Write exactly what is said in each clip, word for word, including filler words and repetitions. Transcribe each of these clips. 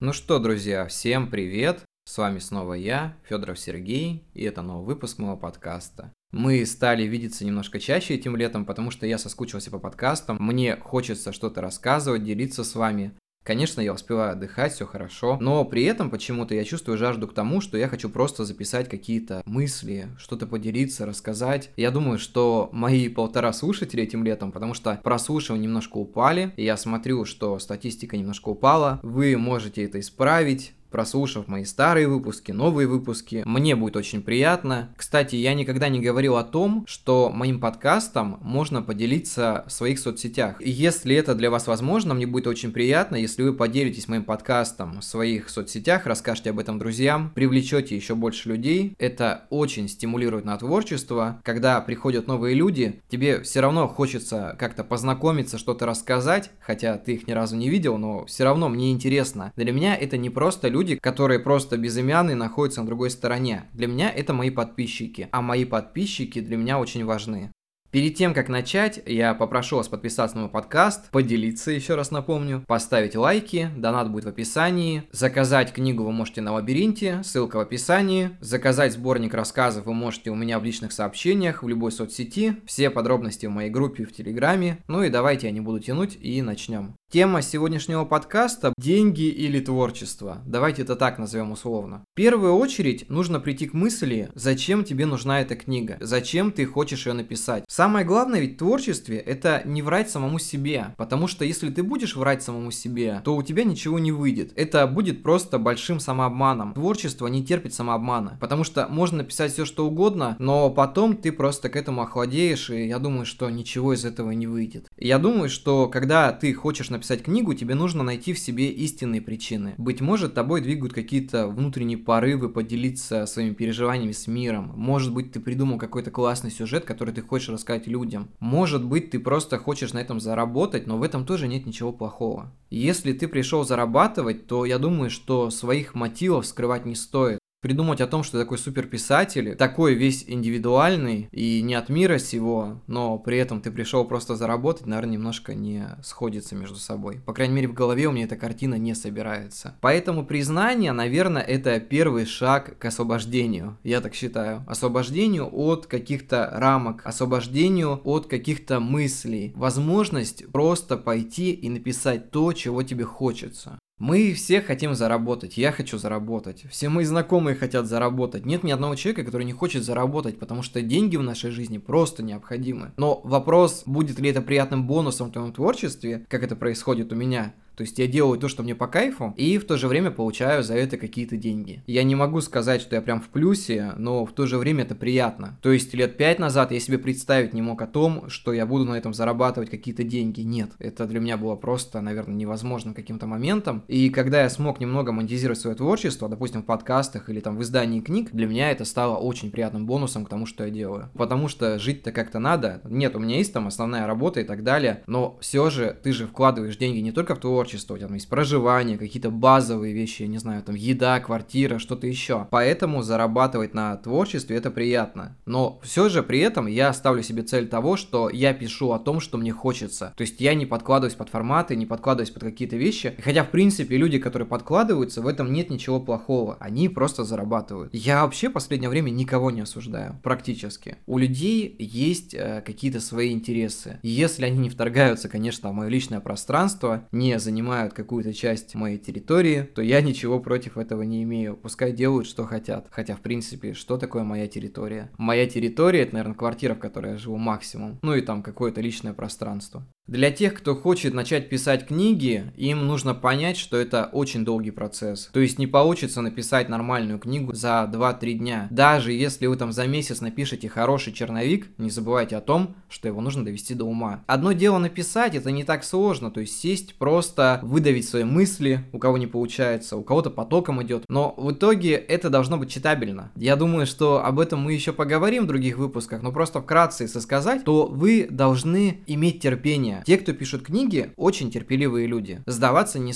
Ну что, друзья, всем привет! С вами снова я, Федоров Сергей, и это новый выпуск моего подкаста. Мы стали видеться немножко чаще этим летом, потому что я соскучился по подкастам, мне хочется что-то рассказывать, делиться с вами. Конечно, я успеваю отдыхать, все хорошо, но при этом почему-то я чувствую жажду к тому, что я хочу просто записать какие-то мысли, что-то поделиться, рассказать. Я думаю, что мои полтора слушателя этим летом, потому что прослушивания немножко упали, и я смотрю, что статистика немножко упала, вы можете это исправить, прослушав мои старые выпуски, новые выпуски. Мне будет очень приятно. Кстати, я никогда не говорил о том, что моим подкастом можно поделиться в своих соцсетях. И если это для вас возможно, мне будет очень приятно, если вы поделитесь моим подкастом в своих соцсетях, расскажете об этом друзьям, привлечете еще больше людей. Это очень стимулирует на творчество. Когда приходят новые люди, тебе все равно хочется как-то познакомиться, что-то рассказать, хотя ты их ни разу не видел, но все равно мне интересно. Для меня это не просто люди, которые просто безымянные, находятся на другой стороне. Для меня это мои подписчики, а мои подписчики для меня очень важны. Перед тем, как начать, я попрошу вас подписаться на мой подкаст, поделиться, еще раз напомню, поставить лайки, донат будет в описании, заказать книгу вы можете на Лабиринте, ссылка в описании, заказать сборник рассказов вы можете у меня в личных сообщениях, в любой соцсети, все подробности в моей группе в Телеграме. Ну и давайте я не буду тянуть и начнем. Тема сегодняшнего подкаста – деньги или творчество. Давайте это так назовем условно. В первую очередь нужно прийти к мысли, зачем тебе нужна эта книга, зачем ты хочешь ее написать. Самое главное ведь в творчестве – это не врать самому себе, потому что если ты будешь врать самому себе, то у тебя ничего не выйдет. Это будет просто большим самообманом. Творчество не терпит самообмана, потому что можно написать все что угодно, но потом ты просто к этому охладеешь, и я думаю, что ничего из этого не выйдет. Я думаю, что когда ты хочешь написать книгу, тебе нужно найти в себе истинные причины. Быть может, тобой двигают какие-то внутренние порывы поделиться своими переживаниями с миром. Может быть, ты придумал какой-то классный сюжет, который ты хочешь рассказать людям. Может быть, ты просто хочешь на этом заработать, но в этом тоже нет ничего плохого. Если ты пришел зарабатывать, то я думаю, что своих мотивов скрывать не стоит. Придумать о том, что такой суперписатель, такой весь индивидуальный и не от мира сего, но при этом ты пришел просто заработать, наверное, немножко не сходится между собой. По крайней мере, в голове у меня эта картина не собирается. Поэтому признание, наверное, это первый шаг к освобождению, я так считаю. Освобождению от каких-то рамок, освобождению от каких-то мыслей. Возможность просто пойти и написать то, чего тебе хочется. Мы все хотим заработать, я хочу заработать, все мои знакомые хотят заработать. Нет ни одного человека, который не хочет заработать, потому что деньги в нашей жизни просто необходимы. Но вопрос, будет ли это приятным бонусом в твоем творчестве, как это происходит у меня. То есть я делаю то, что мне по кайфу, и в то же время получаю за это какие-то деньги. Я не могу сказать, что я прям в плюсе, но в то же время это приятно. То есть лет пять назад я себе представить не мог о том, что я буду на этом зарабатывать какие-то деньги. Нет, это для меня было просто, наверное, невозможным каким-то моментом. И когда я смог немного монетизировать свое творчество, допустим, в подкастах или там в издании книг, для меня это стало очень приятным бонусом к тому, что я делаю. Потому что жить-то как-то надо. Нет, у меня есть там основная работа и так далее, но все же ты же вкладываешь деньги не только в творчество, у тебя там есть проживание, какие-то базовые вещи, я не знаю, там еда, квартира, что-то еще. Поэтому зарабатывать на творчестве это приятно. Но все же при этом я ставлю себе цель того, что я пишу о том, что мне хочется. То есть я не подкладываюсь под форматы, не подкладываюсь под какие-то вещи. Хотя, в принципе, люди, которые подкладываются, в этом нет ничего плохого. Они просто зарабатывают. Я вообще в последнее время никого не осуждаю. Практически. У людей есть э, какие-то свои интересы. Если они не вторгаются, конечно, в мое личное пространство, не занимаются занимают какую-то часть моей территории, то я ничего против этого не имею. Пускай делают, что хотят. Хотя, в принципе, что такое моя территория? Моя территория — это, наверное, квартира, в которой я живу максимум. Ну и там какое-то личное пространство. Для тех, кто хочет начать писать книги, им нужно понять, что это очень долгий процесс. То есть не получится написать нормальную книгу за два-три дня. Даже если вы там за месяц напишете хороший черновик, не забывайте о том, что его нужно довести до ума. Одно дело написать, это не так сложно, то есть сесть, просто выдавить свои мысли, у кого не получается, у кого-то потоком идет. Но в итоге это должно быть читабельно. Я думаю, что об этом мы еще поговорим в других выпусках, но просто вкратце, если сказать, то вы должны иметь терпение. Те, кто пишут книги, очень терпеливые люди. Сдаваться не стоит.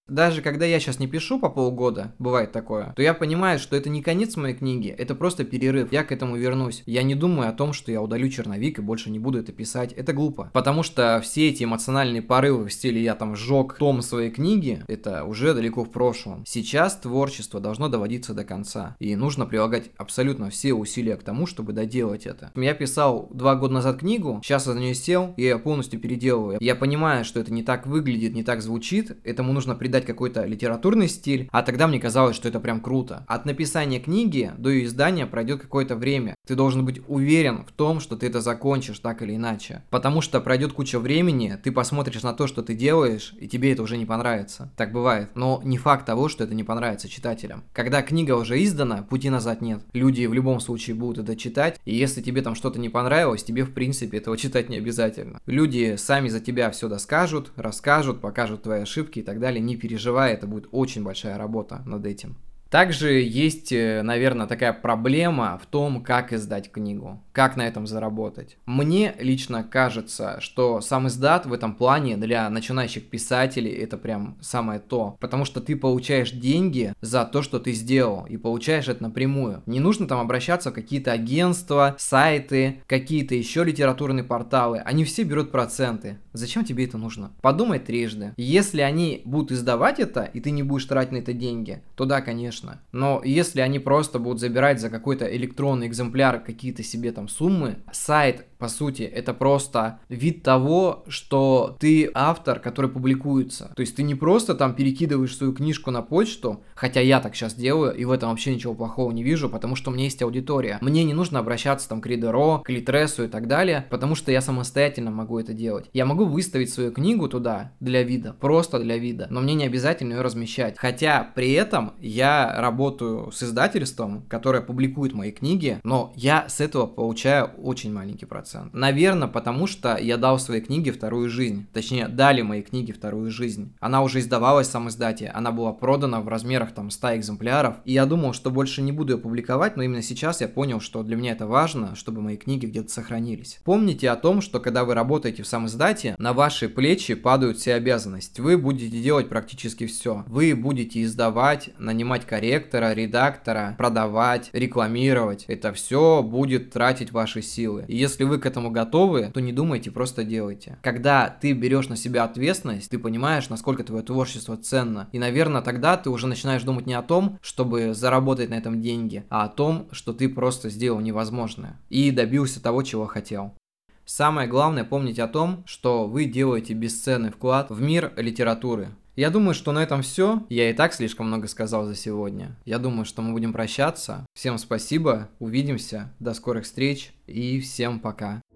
Даже когда я сейчас не пишу по полгода, бывает такое, то я понимаю, что это не конец моей книги, это просто перерыв, я к этому вернусь. Я не думаю о том, что я удалю черновик и больше не буду это писать, это глупо. Потому что все эти эмоциональные порывы в стиле «я там сжег том своей книги», это уже далеко в прошлом. Сейчас творчество должно доводиться до конца, и нужно прилагать абсолютно все усилия к тому, чтобы доделать это. Я писал два года назад книгу, сейчас я за нее сел, и я ее полностью переделываю. Я понимаю, что это не так выглядит, не так звучит, этому нужно придать какой-то литературный стиль, а тогда мне казалось, что это прям круто. От написания книги до ее издания пройдет какое-то время. Ты должен быть уверен в том, что ты это закончишь так или иначе. Потому что пройдет куча времени, ты посмотришь на то, что ты делаешь, и тебе это уже не понравится. Так бывает. Но не факт того, что это не понравится читателям. Когда книга уже издана, пути назад нет. Люди в любом случае будут это читать, и если тебе там что-то не понравилось, тебе в принципе этого читать не обязательно. Люди сами за тебя все доскажут, расскажут, покажут твои ошибки и так далее. Не переживай, это будет очень большая работа над этим. Также есть, наверное, такая проблема в том, как издать книгу, как на этом заработать. Мне лично кажется, что сам издат в этом плане для начинающих писателей это прям самое то, потому что ты получаешь деньги за то, что ты сделал, и получаешь это напрямую. Не нужно там обращаться в какие-то агентства, сайты, какие-то еще литературные порталы, они все берут проценты. Зачем тебе это нужно? Подумай трижды. Если они будут издавать это, и ты не будешь тратить на это деньги, то да, конечно. Но если они просто будут забирать за какой-то электронный экземпляр какие-то себе там суммы, сайт, по сути, это просто вид того, что ты автор, который публикуется. То есть ты не просто там перекидываешь свою книжку на почту, хотя я так сейчас делаю, и в этом вообще ничего плохого не вижу, потому что у меня есть аудитория. Мне не нужно обращаться там к Ридеро, к Литресу и так далее, потому что я самостоятельно могу это делать. Я могу выставить свою книгу туда для вида, просто для вида, но мне не обязательно ее размещать. Хотя при этом я работаю с издательством, которое публикует мои книги, но я с этого получаю очень маленький процент. Наверное, потому что я дал своей книге вторую жизнь. Точнее, дали моей книге вторую жизнь. Она уже издавалась в сам издате, она была продана в размерах там ста экземпляров, и я думал, что больше не буду ее публиковать, но именно сейчас я понял, что для меня это важно, чтобы мои книги где-то сохранились. Помните о том, что когда вы работаете в сам издате, на ваши плечи падают все обязанности. Вы будете делать практически все. Вы будете издавать, нанимать корректора, редактора, продавать, рекламировать. Это все будет тратить ваши силы. И если вы к этому готовы, то не думайте, просто делайте. Когда ты берешь на себя ответственность, ты понимаешь, насколько твое творчество ценно. И, наверное, тогда ты уже начинаешь думать не о том, чтобы заработать на этом деньги, а о том, что ты просто сделал невозможное и добился того, чего хотел. Самое главное, помните о том, что вы делаете бесценный вклад в мир литературы. Я думаю, что на этом все. Я и так слишком много сказал за сегодня. Я думаю, что мы будем прощаться. Всем спасибо, увидимся, до скорых встреч и всем пока.